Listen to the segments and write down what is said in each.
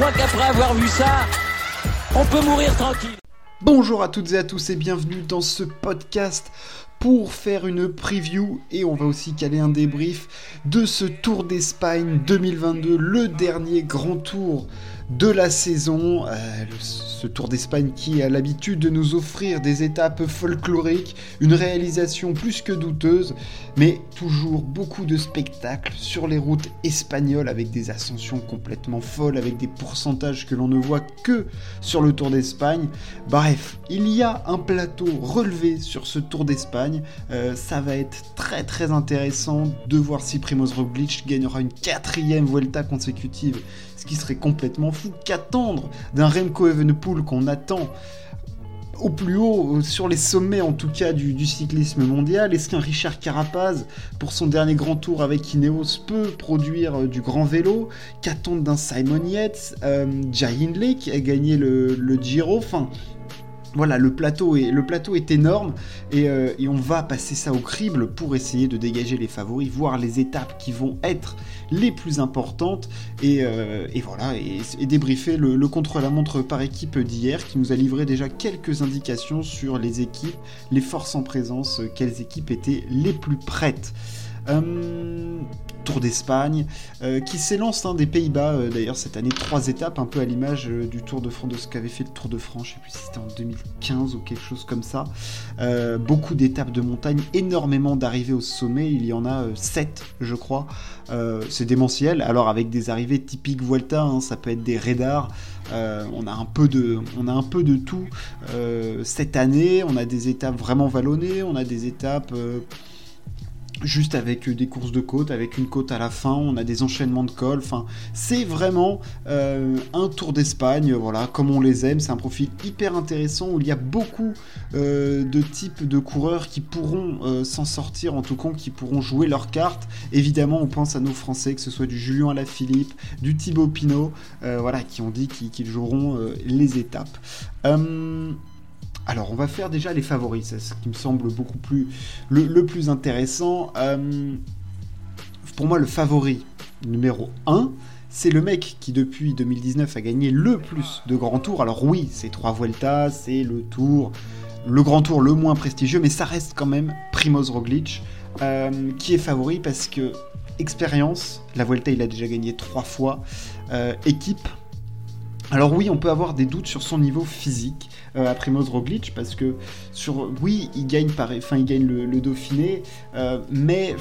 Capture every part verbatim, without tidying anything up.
crois qu'après avoir vu ça, on peut mourir tranquille. Bonjour à toutes et à tous et bienvenue dans ce podcast pour faire une preview et on va aussi caler un débrief de ce Tour d'Espagne deux mille vingt-deux, le dernier grand tour de la saison, euh, ce Tour d'Espagne qui a l'habitude de nous offrir des étapes folkloriques, une réalisation plus que douteuse, mais toujours beaucoup de spectacles sur les routes espagnoles avec des ascensions complètement folles, avec des pourcentages que l'on ne voit que sur le Tour d'Espagne. Bref, il y a un plateau relevé sur ce Tour d'Espagne, euh, ça va être très très intéressant de voir si Primož Roglič gagnera une quatrième Vuelta consécutive, ce qui serait complètement fou. Qu'attendre d'un Remco Evenepoel qu'on attend au plus haut, sur les sommets en tout cas du, du cyclisme mondial? Est-ce qu'un Richard Carapaz, pour son dernier grand tour avec Ineos, peut produire euh, du grand vélo? Qu'attendre d'un Simon Yates, euh, Jai Hindley qui a gagné le, le Giro? Enfin, voilà, le plateau est, le plateau est énorme et, euh, et on va passer ça au crible pour essayer de dégager les favoris, voir les étapes qui vont être les plus importantes et, euh, et voilà, et, et débriefer le, le contre-la-montre par équipe d'hier qui nous a livré déjà quelques indications sur les équipes, les forces en présence, quelles équipes étaient les plus prêtes. Euh, Tour d'Espagne, euh, qui s'élance hein, des Pays-Bas, euh, d'ailleurs cette année, trois étapes, un peu à l'image euh, du Tour de France, de ce qu'avait fait le Tour de France, je sais plus si c'était en deux mille quinze ou quelque chose comme ça. Euh, beaucoup d'étapes de montagne, énormément d'arrivées au sommet, il y en a euh, sept je crois, euh, c'est démentiel, alors avec des arrivées typiques Vuelta, hein, ça peut être des radars. Euh, on a un peu de, on a un peu de tout euh, cette année, on a des étapes vraiment vallonnées, on a des étapes... Euh, juste avec des courses de côte, avec une côte à la fin, on a des enchaînements de cols, enfin, c'est vraiment euh, un Tour d'Espagne, voilà, comme on les aime, c'est un profil hyper intéressant, où il y a beaucoup euh, de types de coureurs qui pourront euh, s'en sortir, en tout cas, qui pourront jouer leurs cartes. Évidemment, on pense à nos Français, que ce soit du Julien Alaphilippe, du Thibaut Pinot, euh, voilà, qui ont dit qu'ils, qu'ils joueront euh, les étapes. Euh... Alors, on va faire déjà les favoris, c'est ce qui me semble beaucoup plus le, le plus intéressant. Euh, pour moi, le favori numéro un, c'est le mec qui, depuis deux mille dix-neuf, a gagné le plus de grands tours. Alors oui, c'est trois Vueltas, c'est le tour, le grand tour le moins prestigieux, mais ça reste quand même Primož Roglič, euh, qui est favori parce que expérience, la Vuelta, il a déjà gagné trois fois, euh, équipe. Alors oui, on peut avoir des doutes sur son niveau physique euh, à Primož Roglič parce que sur oui, il gagne par, enfin il gagne le, le Dauphiné, euh, mais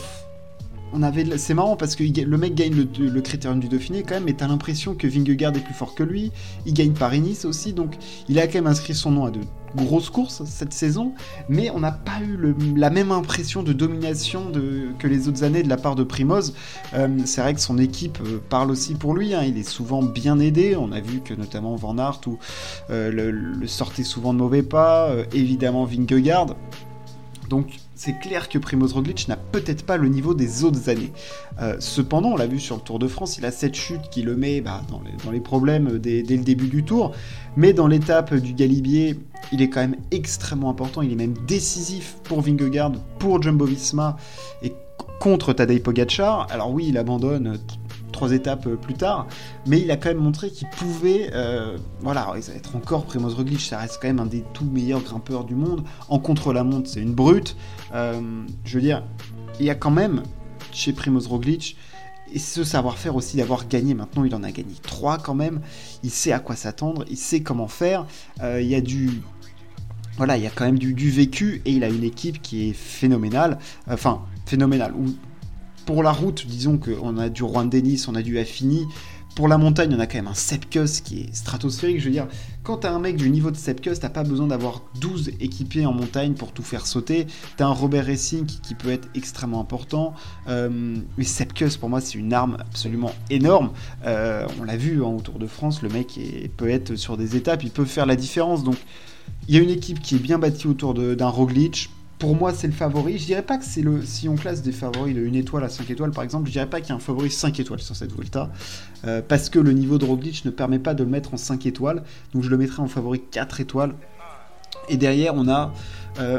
on avait, c'est marrant parce que il, le mec gagne le, le Critérium du Dauphiné quand même, mais t'as l'impression que Vingegaard est plus fort que lui. Il gagne Paris-Nice aussi, donc il a quand même inscrit son nom à de grosses courses cette saison, mais on n'a pas eu le, la même impression de domination de, que les autres années de la part de Primož. Euh, c'est vrai que son équipe euh, parle aussi pour lui, hein, il est souvent bien aidé, on a vu que notamment Van Aert où, euh, le, le sortait souvent de mauvais pas, euh, évidemment Vingegaard. Donc c'est clair que Primož Roglič n'a peut-être pas le niveau des autres années. Euh, cependant, on l'a vu sur le Tour de France, il a cette chute qui le met bah, dans, les, dans les problèmes dès, dès le début du Tour, mais dans l'étape du Galibier, il est quand même extrêmement important, il est même décisif pour Vingegaard, pour Jumbo-Visma et contre Tadej Pogačar. Alors oui, il abandonne trois étapes plus tard, mais il a quand même montré qu'il pouvait, euh, voilà, être encore Primož Roglič, ça reste quand même un des tout meilleurs grimpeurs du monde. En contre-la-montre, c'est une brute. Euh, je veux dire, il y a quand même chez Primož Roglič et ce savoir-faire aussi d'avoir gagné. Maintenant, il en a gagné trois quand même. Il sait à quoi s'attendre, il sait comment faire. Euh, il y a du Voilà, il y a quand même du, du vécu et il a une équipe qui est phénoménale. Enfin, phénoménale. Ou pour la route, disons qu'on a du Juan Dennis, on a du Affini. Pour la montagne, on a quand même un Sepp Kuss qui est stratosphérique. Je veux dire, quand t'as un mec du niveau de Sepp Kuss, t'as pas besoin d'avoir douze équipiers en montagne pour tout faire sauter. T'as un Robert Racing qui, qui peut être extrêmement important. Euh, mais Sepp Kuss, pour moi, c'est une arme absolument énorme. Euh, on l'a vu hein, au Tour de France, le mec est, peut être sur des étapes, il peut faire la différence. Donc, il y a une équipe qui est bien bâtie autour de, d'un Roglič. Pour moi, c'est le favori. Je dirais pas que c'est le... Si on classe des favoris de une étoile à cinq étoiles, par exemple, je dirais pas qu'il y a un favori cinq étoiles sur cette Vuelta, euh, parce que le niveau de Roglič ne permet pas de le mettre en cinq étoiles, donc je le mettrai en favori quatre étoiles. Et derrière, on a... Euh,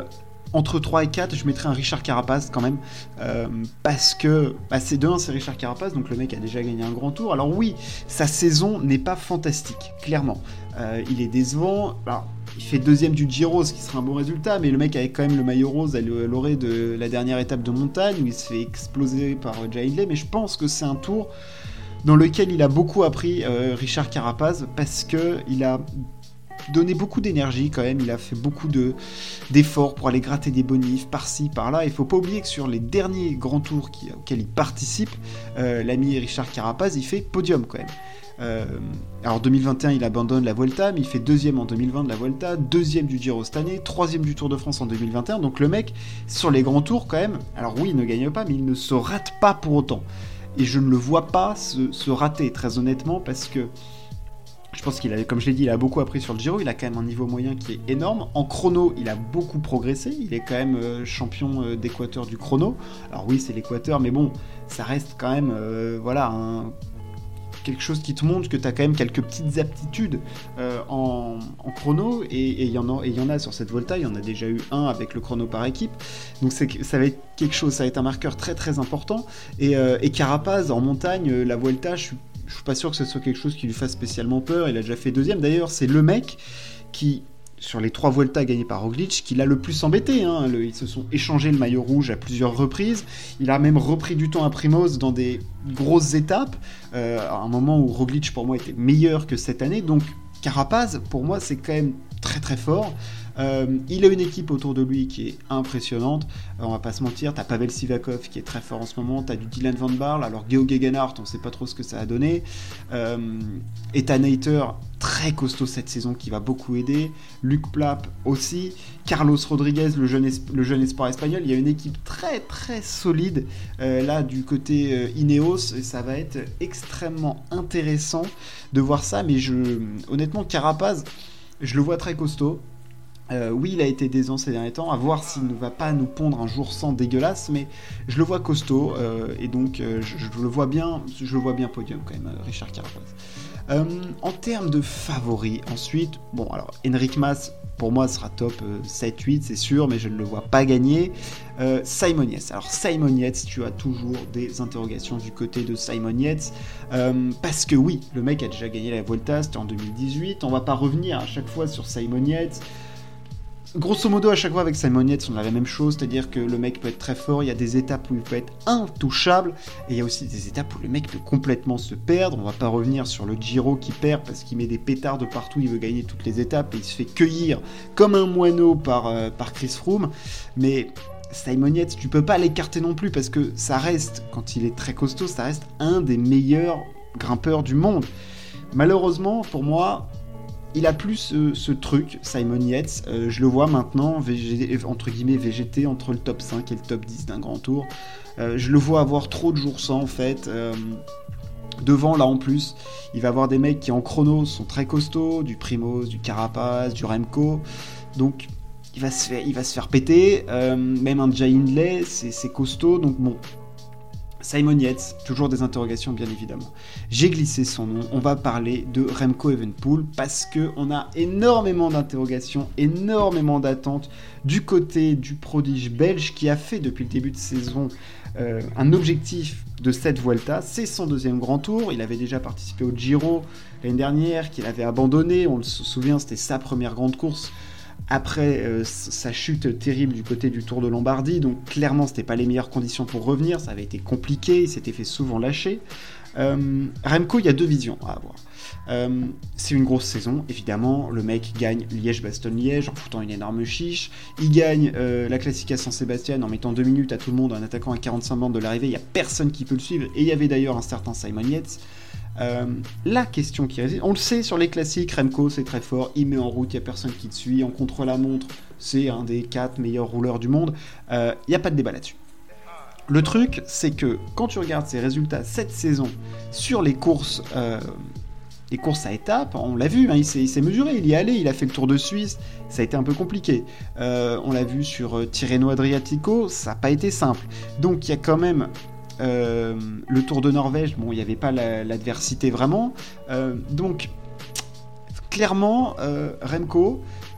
entre trois et quatre, je mettrais un Richard Carapaz quand même, euh, parce que bah, c'est de un, c'est Richard Carapaz, donc le mec a déjà gagné un grand tour. Alors oui, sa saison n'est pas fantastique, clairement. Euh, il est décevant. Alors, il fait deuxième du Giro, ce qui serait un bon résultat, mais le mec avait quand même le maillot rose à l'orée de la dernière étape de montagne, où il se fait exploser par Jay Hindley, mais je pense que c'est un tour dans lequel il a beaucoup appris, euh, Richard Carapaz, parce qu'il a donné beaucoup d'énergie quand même, il a fait beaucoup de, d'efforts pour aller gratter des bonifs par-ci, par-là. Il faut pas oublier que sur les derniers grands tours qui, auxquels il participe, euh, l'ami Richard Carapaz, il fait podium quand même. Euh, alors deux mille vingt et un, il abandonne la Vuelta, mais il fait deuxième en deux mille vingt de la Vuelta, deuxième du Giro cette année, troisième du Tour de France en deux mille vingt et un. Donc le mec, sur les grands tours quand même, alors oui, il ne gagne pas, mais il ne se rate pas pour autant. Et je ne le vois pas se, se rater, très honnêtement, parce que je pense qu'il a, comme je l'ai dit, il a beaucoup appris sur le Giro, il a quand même un niveau moyen qui est énorme. En chrono, il a beaucoup progressé, il est quand même euh, champion euh, d'équateur du chrono. Alors oui, c'est l'équateur, mais bon, ça reste quand même, euh, voilà, un, quelque chose qui te montre que tu as quand même quelques petites aptitudes euh, en, en chrono, et il y en a, et il y en a sur cette Volta, il y en a déjà eu un avec le chrono par équipe, donc c'est, ça va être quelque chose, ça va être un marqueur très très important. Et, euh, et Carapaz, en montagne, la Vuelta, je suis Je suis pas sûr que ce soit quelque chose qui lui fasse spécialement peur. Il a déjà fait deuxième. D'ailleurs, c'est le mec qui, sur les trois Vuelta gagnés par Roglic, qui l'a le plus embêté. Hein. Le, ils se sont échangés le maillot rouge à plusieurs reprises. Il a même repris du temps à Primoz dans des grosses étapes. Euh, à un moment où Roglic, pour moi, était meilleur que cette année. Donc, Carapaz, pour moi, c'est quand même très très fort. Euh, il a une équipe autour de lui qui est impressionnante, euh, on va pas se mentir, t'as Pavel Sivakov qui est très fort en ce moment, t'as du Dylan Van Baarle, alors Geo Gegenhardt on sait pas trop ce que ça a donné, euh, Ethan Hayter très costaud cette saison qui va beaucoup aider, Luc Plapp aussi, Carlos Rodriguez le jeune, es- le jeune espoir espagnol, il y a une équipe très très solide euh, là du côté euh, Ineos, et ça va être extrêmement intéressant de voir ça, mais je, honnêtement Carapaz, je le vois très costaud. Euh, oui, il a été décevant ces derniers temps, à voir s'il ne va pas nous pondre un jour sans dégueulasse, mais je le vois costaud, euh, et donc euh, je, je le vois bien, je le vois bien podium quand même, euh, Richard Carapaz. Euh, en termes de favoris, ensuite, bon alors Enric Mas, pour moi sera top euh, sept huit, c'est sûr, mais je ne le vois pas gagner. Euh, Simon Yates, alors Simon Yates, tu as toujours des interrogations du côté de Simon Yates, euh, parce que oui, le mec a déjà gagné la Vuelta, c'était en deux mille dix-huit, on va pas revenir à chaque fois sur Simon Yates. Grosso modo, à chaque fois avec Simon Yates, on a la même chose, c'est-à-dire que le mec peut être très fort, il y a des étapes où il peut être intouchable, et il y a aussi des étapes où le mec peut complètement se perdre. On va pas revenir sur le Giro qui perd parce qu'il met des pétards de partout, il veut gagner toutes les étapes, et il se fait cueillir comme un moineau par, euh, par Chris Froome, mais Simon Yates, tu peux pas l'écarter non plus, parce que ça reste, quand il est très costaud, ça reste un des meilleurs grimpeurs du monde. Malheureusement, pour moi, il a plus ce, ce truc, Simon Yates, euh, je le vois maintenant, végé, entre guillemets, végéter entre le top cinq et le top dix d'un grand tour. Euh, je le vois avoir trop de jours sans, en fait. Euh, devant, là, en plus, il va avoir des mecs qui, en chrono, sont très costauds, du Primoz, du Carapaz, du Remco. Donc, il va se faire, il va se faire péter. Euh, même un Jay Hindley, c'est, c'est costaud, donc bon... Simon Yates, toujours des interrogations bien évidemment. J'ai glissé son nom, on va parler de Remco Evenepoel parce qu'on a énormément d'interrogations, énormément d'attentes du côté du prodige belge qui a fait depuis le début de saison euh, un objectif de cette Vuelta. C'est son deuxième grand tour, il avait déjà participé au Giro l'année dernière, qu'il avait abandonné, on se souvient, c'était sa première grande course. Après euh, sa chute terrible du côté du Tour de Lombardie, donc clairement c'était pas les meilleures conditions pour revenir, ça avait été compliqué, il s'était fait souvent lâcher. Euh, Remco, il y a deux visions à avoir. Euh, c'est une grosse saison, évidemment, le mec gagne Liège-Bastogne-Liège en foutant une énorme chiche, il gagne euh, la Classica San Sebastian en mettant deux minutes à tout le monde, en attaquant à quarante-cinq bandes de l'arrivée, il n'y a personne qui peut le suivre, et il y avait d'ailleurs un certain Simon Yates. Euh, la question qui résiste, on le sait sur les classiques, Remco c'est très fort, il met en route, il n'y a personne qui te suit, en contre-la-montre, c'est un des quatre meilleurs rouleurs du monde, il euh, n'y a pas de débat là-dessus. Le truc, c'est que quand tu regardes ses résultats cette saison sur les courses, euh, les courses à étapes, on l'a vu, hein, il, s'est, il s'est mesuré, il y est allé, il a fait le Tour de Suisse, ça a été un peu compliqué. Euh, on l'a vu sur euh, Tirreno Adriatico, ça n'a pas été simple. Donc il y a quand même... Euh, le Tour de Norvège, bon, il n'y avait pas la, l'adversité vraiment. Euh, donc, clairement, euh, Remco,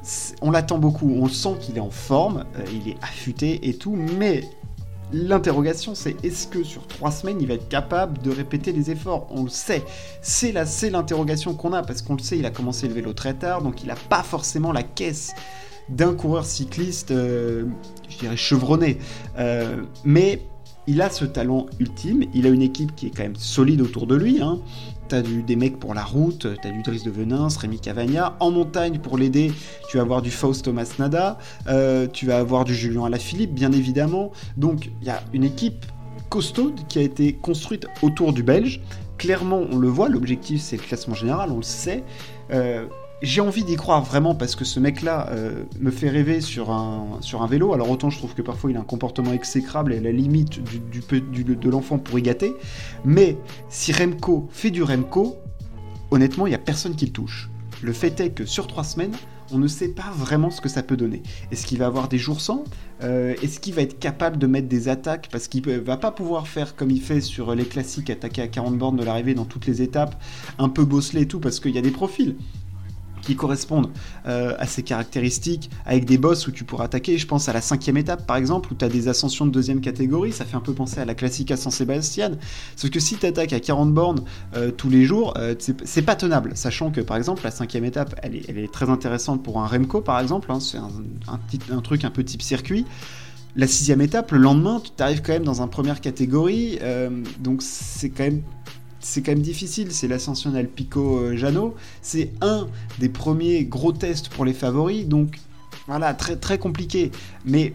on l'attend beaucoup, on sent qu'il est en forme, euh, il est affûté et tout, mais l'interrogation c'est est-ce que sur trois semaines il va être capable de répéter les efforts? On le sait, c'est, la, c'est l'interrogation qu'on a, parce qu'on le sait, il a commencé le vélo très tard, donc il n'a pas forcément la caisse d'un coureur cycliste, euh, je dirais chevronné, euh, mais il a ce talent ultime, il a une équipe qui est quand même solide autour de lui, hein. T'as du, des mecs pour la route, t'as du Driss de Venins, Rémi Cavagna. En montagne, pour l'aider, tu vas avoir du Faust Thomas Nada, euh, tu vas avoir du Julien Alaphilippe, bien évidemment. Donc, il y a une équipe costaud qui a été construite autour du Belge. Clairement, on le voit, l'objectif, c'est le classement général, on le sait. Euh, j'ai envie d'y croire vraiment, parce que ce mec-là euh, me fait rêver sur un, sur un vélo. Alors autant je trouve que parfois il a un comportement exécrable et à la limite du, du, du, de l'enfant pour y gâter, mais si Remco fait du Remco, honnêtement il n'y a personne qui le touche. Le fait est que sur trois semaines, on ne sait pas vraiment ce que ça peut donner. Est-ce qu'il va avoir des jours sans ? euh, Est-ce qu'il va être capable de mettre des attaques ? Parce qu'il ne va pas pouvoir faire comme il fait sur les classiques, attaquer à quarante bornes de l'arrivée dans toutes les étapes, un peu bosselé et tout, parce qu'il y a des profils qui correspondent euh, à ces caractéristiques, avec des bosses où tu pourras attaquer. Je pense à la cinquième étape, par exemple, où tu as des ascensions de deuxième catégorie, ça fait un peu penser à la Classica San Sebastian, sauf que si tu attaques à quarante bornes euh, tous les jours, euh, c'est, c'est pas tenable, sachant que, par exemple, la cinquième étape, elle est, elle est très intéressante pour un Remco, par exemple, hein, c'est un, un, petit, un truc un peu type circuit. La sixième étape, le lendemain, tu arrives quand même dans une première catégorie, euh, donc c'est quand même c'est quand même difficile, c'est l'ascension Alpico Jano, c'est un des premiers gros tests pour les favoris, donc voilà, très, très compliqué, mais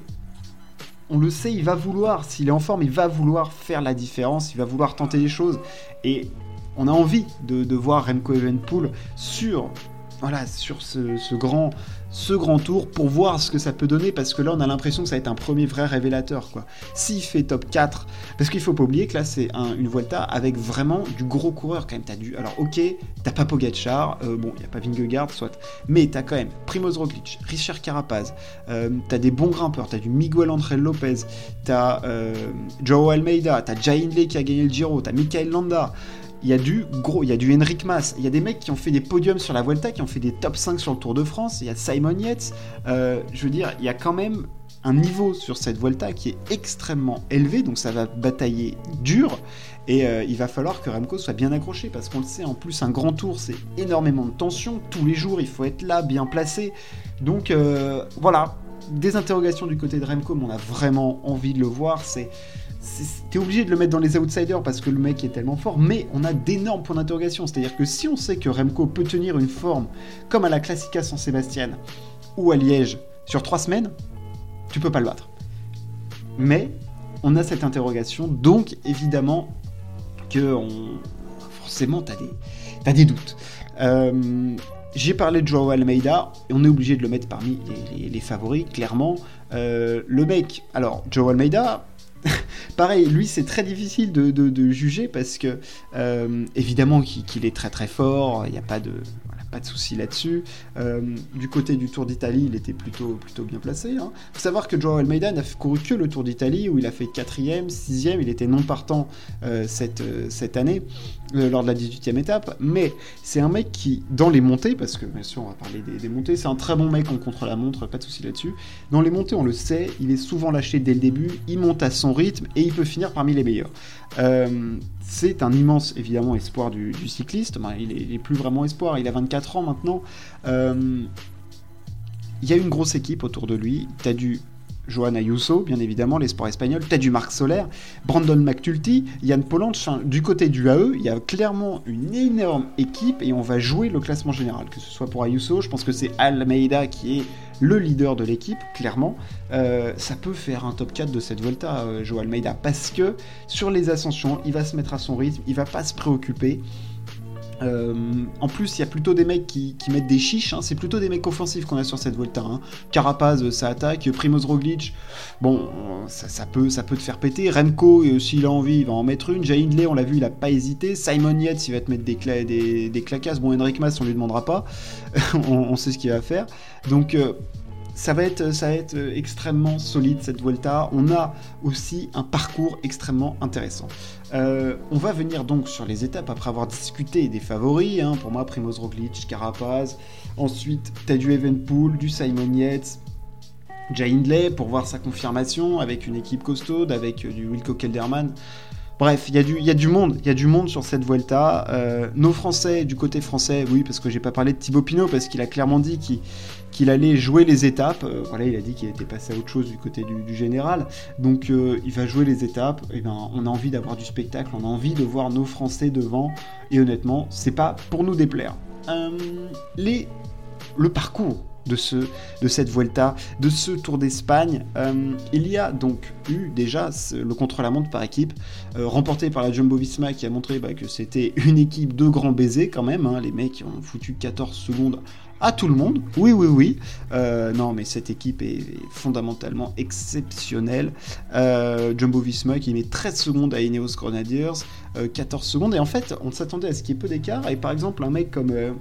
on le sait, il va vouloir, s'il est en forme, il va vouloir faire la différence, il va vouloir tenter des choses, et on a envie de, de voir Remco Evenepoel sur, voilà, sur ce, ce grand... ce grand tour pour voir ce que ça peut donner, parce que là on a l'impression que ça va être un premier vrai révélateur, quoi. S'il fait top quatre, parce qu'il faut pas oublier que là c'est un, une Vuelta avec vraiment du gros coureur quand même. T'as du, alors ok, t'as pas Pogacar, euh, bon il y a pas Vingegaard soit, mais t'as quand même Primoz Roglic, Richard Carapaz, euh, t'as des bons grimpeurs, t'as du Miguel Ángel Lopez, t'as euh, Joao Almeida, t'as Jay Hindley qui a gagné le Giro, t'as Michael Landa. Il y a du gros, il y a du Enric Mas, il y a des mecs qui ont fait des podiums sur la Vuelta, qui ont fait des top cinq sur le Tour de France, il y a Simon Yates, euh, je veux dire, il y a quand même un niveau sur cette Vuelta qui est extrêmement élevé, donc ça va batailler dur, et euh, il va falloir que Remco soit bien accroché, parce qu'on le sait, en plus un grand tour c'est énormément de tension, tous les jours il faut être là, bien placé, donc euh, voilà, des interrogations du côté de Remco, mais on a vraiment envie de le voir, c'est... t'es obligé de le mettre dans les outsiders parce que le mec est tellement fort, mais on a d'énormes points d'interrogation. C'est-à-dire que si on sait que Remco peut tenir une forme comme à la Classica San Sebastian ou à Liège sur trois semaines, tu peux pas le battre. Mais on a cette interrogation, donc évidemment que on... forcément t'as des, t'as des doutes. Euh... J'ai parlé de Joao Almeida, et on est obligé de le mettre parmi les, les, les favoris, clairement. Euh, le mec, alors Joao Almeida, pareil, lui c'est très difficile de, de, de juger parce que euh, évidemment qu'il, qu'il est très très fort, il n'y a pas de, voilà, pas de souci là-dessus. Euh, du côté du Tour d'Italie, il était plutôt, plutôt bien placé. Il hein. faut savoir que Joao Almeida n'a couru que le Tour d'Italie où il a fait quatrième, sixième, il était non partant euh, cette, euh, cette année. Euh, lors de la dix-huitième étape, mais c'est un mec qui, dans les montées, parce que bien sûr on va parler des, des montées, c'est un très bon mec en contre-la-montre, pas de souci là-dessus, dans les montées on le sait, il est souvent lâché dès le début, il monte à son rythme et il peut finir parmi les meilleurs. Euh, c'est un immense évidemment espoir du, du cycliste, ben, il, est, il est plus vraiment espoir, il a vingt-quatre ans maintenant, euh, il y a une grosse équipe autour de lui, t'as du Johan Ayuso, bien évidemment, l'espoir espagnol, t'as du Marc Soler, Brandon McNulty, Yann Polanc, du côté du A E, il y a clairement une énorme équipe et on va jouer le classement général, que ce soit pour Ayuso, je pense que c'est Almeida qui est le leader de l'équipe, clairement, euh, ça peut faire un top quatre de cette Volta, euh, Joao Almeida, parce que sur les ascensions, il va se mettre à son rythme, il va pas se préoccuper. Euh, en plus, il y a plutôt des mecs qui, qui mettent des chiches, hein. C'est plutôt des mecs offensifs qu'on a sur cette Volta. Hein. Carapaz, ça attaque. Primoz Roglic, bon, ça, ça, peut, ça peut te faire péter. Remco, euh, s'il a envie, il va en mettre une. Jay Hindley, on l'a vu, il a pas hésité. Simon Yates, il va te mettre des, cla- des, des claquasses. Bon, Enric Mas, on lui demandera pas. on, on sait ce qu'il va faire. Donc, euh, ça va être, ça va être extrêmement solide cette Vuelta. On a aussi un parcours extrêmement intéressant. Euh, on va venir donc sur les étapes après avoir discuté des favoris. Hein, pour moi, Primož Roglič, Carapaz. Ensuite, t'as du Evenepoel, du Simon Yates, Jay Hindley pour voir sa confirmation avec une équipe costaude, avec du Wilco Kelderman. Bref, il y a du, il y a du monde, il y a du monde sur cette Vuelta. Euh, nos Français, du côté français, oui, parce que j'ai pas parlé de Thibaut Pinot, parce qu'il a clairement dit qu'il, qu'il allait jouer les étapes. Euh, voilà, il a dit qu'il était passé à autre chose du côté du, du général. Donc, euh, il va jouer les étapes. Et ben, on a envie d'avoir du spectacle, on a envie de voir nos Français devant. Et honnêtement, c'est pas pour nous déplaire. Euh, les, le parcours de, ce, de cette Vuelta, de ce Tour d'Espagne. Euh, il y a donc eu déjà le contre-la-montre par équipe, euh, remporté par la Jumbo-Visma qui a montré bah, que c'était une équipe de grands baisers quand même, hein. Les mecs ont foutu quatorze secondes à tout le monde, oui oui oui, euh, non mais cette équipe est, est fondamentalement exceptionnelle. euh, Jumbo-Visma qui met treize secondes à Ineos Grenadiers, euh, quatorze secondes, et en fait on s'attendait à ce qu'il y ait peu d'écart, et par exemple un mec comme... Euh,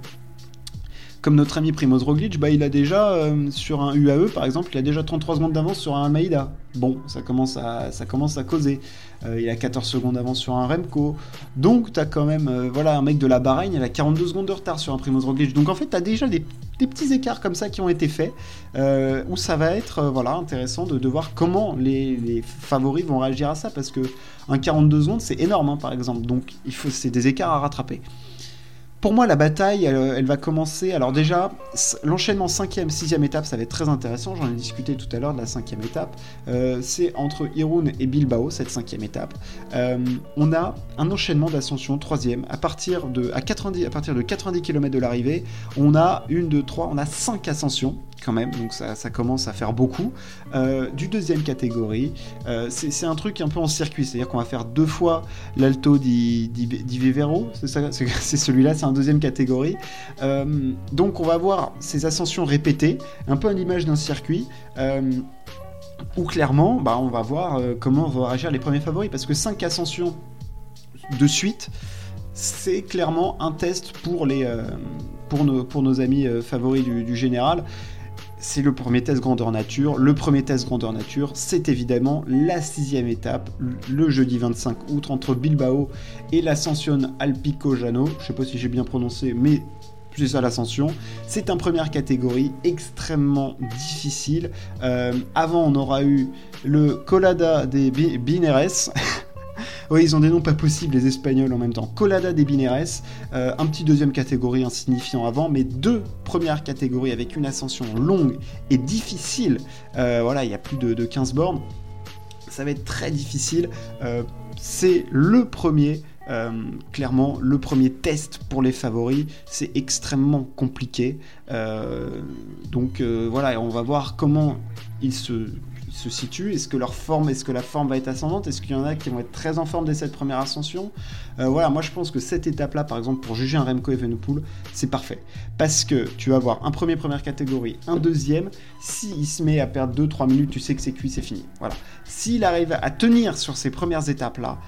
Comme notre ami Primož Roglič, bah, il a déjà, euh, sur un U A E par exemple, il a déjà trente-trois secondes d'avance sur un Almeida. Bon, ça commence à, ça commence à causer. Euh, il a quatorze secondes d'avance sur un Remco. Donc, tu as quand même euh, voilà, un mec de la Bahreïn, il a quarante-deux secondes de retard sur un Primož Roglič. Donc, en fait, tu as déjà des, des petits écarts comme ça qui ont été faits, euh, où ça va être euh, voilà, intéressant de, de voir comment les, les favoris vont réagir à ça, parce que un quarante-deux secondes, c'est énorme, hein, par exemple. Donc, il faut, c'est des écarts à rattraper. Pour moi, la bataille, elle, elle va commencer... Alors déjà, l'enchaînement cinquième, sixième étape, ça va être très intéressant. J'en ai discuté tout à l'heure de la cinquième étape. Euh, c'est entre Irún et Bilbao, cette cinquième étape. Euh, on a un enchaînement d'ascension, troisième. À partir de, à quatre-vingt-dix, à partir de quatre-vingt-dix kilomètres de l'arrivée, on a une, deux, trois, on a cinq ascensions quand même. Donc ça, ça commence à faire beaucoup. Euh, du deuxième catégorie, euh, c'est, c'est un truc un peu en circuit. C'est-à-dire qu'on va faire deux fois l'Alto di, di, di Vivero. C'est, ça, c'est, c'est celui-là, c'est un deuxième catégorie. Euh, donc on va voir ces ascensions répétées, un peu à l'image d'un circuit, euh, où clairement bah, on va voir euh, comment vont réagir les premiers favoris, parce que cinq ascensions de suite, c'est clairement un test pour, les, euh, pour, nos, pour nos amis euh, favoris du, du général. C'est le premier test grandeur nature. Le premier test grandeur nature, c'est évidemment la sixième étape, le jeudi vingt-cinq août, entre Bilbao et l'Ascension Alpicojano. Je ne sais pas si j'ai bien prononcé, mais c'est ça l'Ascension. C'est une première catégorie extrêmement difficile. Euh, avant, on aura eu le Colada des Bineres. Oui, ils ont des noms pas possibles, les Espagnols en même temps. Colada des Bineres, euh, un petit deuxième catégorie insignifiant avant, mais deux premières catégories avec une ascension longue et difficile. Euh, voilà, il y a plus de, de quinze bornes. Ça va être très difficile. Euh, c'est le premier, euh, clairement, le premier test pour les favoris. C'est extrêmement compliqué. Euh, donc euh, voilà, on va voir comment ils se... se situent, est-ce que leur forme, est-ce que la forme va être ascendante, est-ce qu'il y en a qui vont être très en forme dès cette première ascension. Euh, voilà, moi je pense que cette étape-là, par exemple, pour juger un Remco Evenepoel, c'est parfait, parce que tu vas avoir un premier première catégorie, un deuxième, s'il se met à perdre deux trois minutes, tu sais que c'est cuit, c'est fini, voilà. S'il arrive à tenir sur ces premières étapes-là,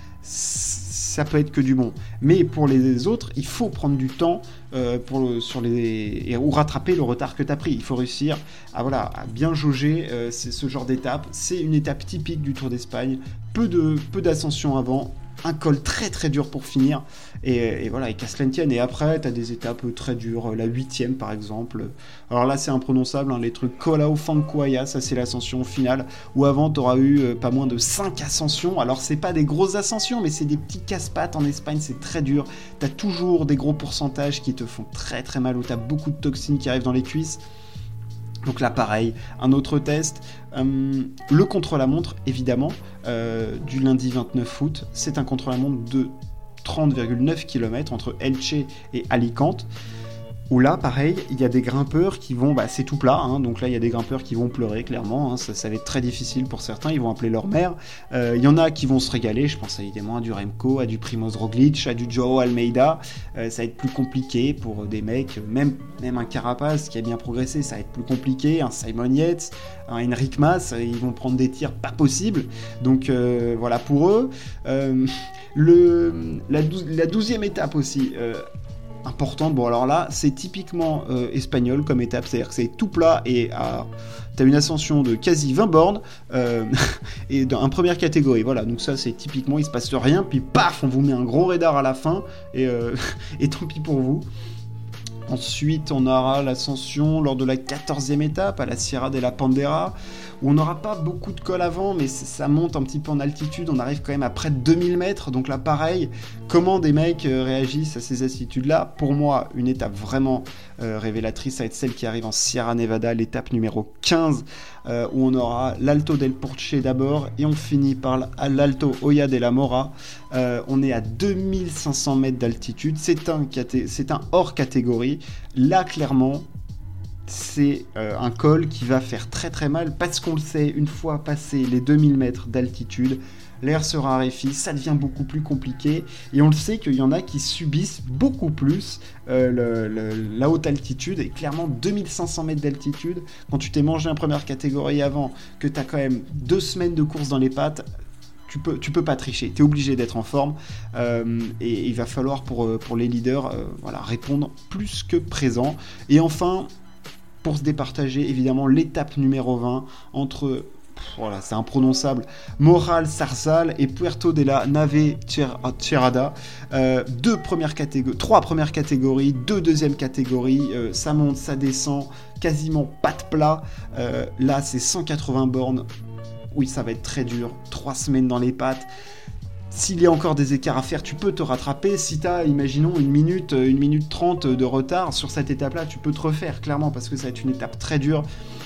ça peut être que du bon, mais pour les autres, il faut prendre du temps euh, pour le, sur les, et, ou rattraper le retard que tu as pris. Il faut réussir à, voilà, à bien jauger euh, c'est ce genre d'étape. C'est une étape typique du Tour d'Espagne, peu, de, peu d'ascension avant, un col très très dur pour finir, et, et voilà, et qu'à cela ne tienne. Et après, tu as des étapes très dures, la huitième par exemple. Alors là, c'est imprononçable, hein, les trucs Colao Fancuaya, ça c'est l'ascension finale, où avant, tu auras eu euh, pas moins de cinq ascensions. Alors, c'est pas des grosses ascensions, mais c'est des petits casse-pattes en Espagne, c'est très dur. Tu as toujours des gros pourcentages qui te font très très mal, où tu as beaucoup de toxines qui arrivent dans les cuisses. Donc là, pareil, un autre test. Euh, le contre-la-montre, évidemment, euh, du lundi vingt-neuf août, c'est un contre-la-montre de trente virgule neuf kilomètres entre Elche et Alicante. Où là, pareil, il y a des grimpeurs qui vont... Bah, c'est tout plat, hein, donc là, il y a des grimpeurs qui vont pleurer, clairement. Hein, ça, ça va être très difficile pour certains, ils vont appeler leur mère. Euh, il y en a qui vont se régaler, je pense évidemment à du Remco, à du Primož Roglič, à du Joao Almeida. Euh, ça va être plus compliqué pour des mecs, même, même un Carapaz qui a bien progressé, ça va être plus compliqué. Un Simon Yates, un Enric Mas, ils vont prendre des tirs pas possibles. Donc euh, voilà, pour eux. Euh, le, la, dou- la douzième étape aussi... Euh, importante. Bon, alors là, c'est typiquement euh, espagnol comme étape, c'est-à-dire que c'est tout plat et à... t'as une ascension de quasi vingt bornes euh, et dans une première catégorie. Voilà, donc ça, c'est typiquement, il se passe rien, puis paf, on vous met un gros radar à la fin et, euh, et tant pis pour vous. Ensuite, on aura l'ascension lors de la quatorzième étape à la Sierra de la Pandera, où on n'aura pas beaucoup de col avant, mais ça monte un petit peu en altitude, on arrive quand même à près de deux mille mètres, donc là pareil, comment des mecs euh, réagissent à ces altitudes-là? Pour moi, une étape vraiment euh, révélatrice, ça va être celle qui arrive en Sierra Nevada, l'étape numéro quinze, euh, où on aura l'Alto del Porche d'abord, et on finit par l'Alto Hoya de la Mora. Euh, on est à deux mille cinq cents mètres d'altitude, c'est un, caté- c'est un hors catégorie. Là, clairement, c'est euh, un col qui va faire très très mal parce qu'on le sait, une fois passé les deux mille mètres d'altitude, l'air se raréfie, ça devient beaucoup plus compliqué et on le sait qu'il y en a qui subissent beaucoup plus euh, le, le, la haute altitude et clairement deux mille cinq cents mètres d'altitude, quand tu t'es mangé en première catégorie avant, que tu as quand même deux semaines de course dans les pattes, Tu peux, tu peux pas tricher, tu es obligé d'être en forme euh, et il va falloir pour, pour les leaders euh, voilà, répondre plus que présent. Et enfin, pour se départager, évidemment, l'étape numéro vingt entre, pff, voilà, c'est imprononçable, Moral Sarsal et Puerto de la Nave Cerrada. Euh, deux premières catégories, trois premières catégories, deux deuxièmes catégories, euh, ça monte, ça descend, quasiment pas de plat. Euh, là, c'est cent quatre-vingts bornes. Oui, ça va être très dur, trois semaines dans les pattes. S'il y a encore des écarts à faire, tu peux te rattraper. Si tu as, imaginons, une minute, une minute trente de retard sur cette étape-là, tu peux te refaire, clairement, parce que ça va être une étape très dure.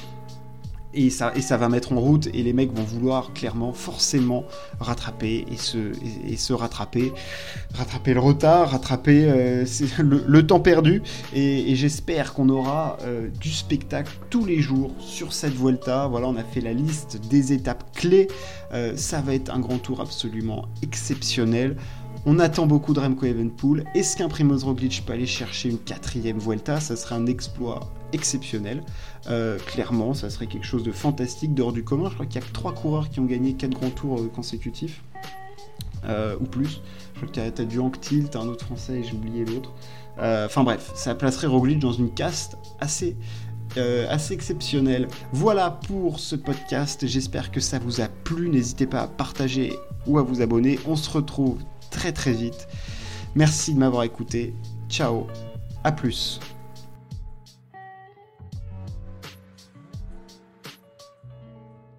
Et ça, et ça va mettre en route, et les mecs vont vouloir, clairement, forcément, rattraper, et se, et, et se rattraper. Rattraper le retard, rattraper euh, le, le temps perdu. Et, et j'espère qu'on aura euh, du spectacle tous les jours sur cette Vuelta. Voilà, on a fait la liste des étapes clés. Euh, ça va être un grand tour absolument exceptionnel. On attend beaucoup de Remco Evenepoel. Est-ce qu'un Primož Roglič peut aller chercher une quatrième Vuelta? Ça serait un exploit exceptionnel. Euh, clairement, ça serait quelque chose de fantastique, dehors du commun. Je crois qu'il n'y a que trois coureurs qui ont gagné quatre grands tours euh, consécutifs. Euh, ou plus. Je crois que t'as, t'as du Anctil, t'as un autre français et j'ai oublié l'autre. Enfin euh, bref, ça placerait Roglič dans une caste assez... Euh, assez exceptionnel. Voilà pour ce podcast, j'espère que ça vous a plu, n'hésitez pas à partager ou à vous abonner, on se retrouve très très vite. Merci de m'avoir écouté, ciao, à plus.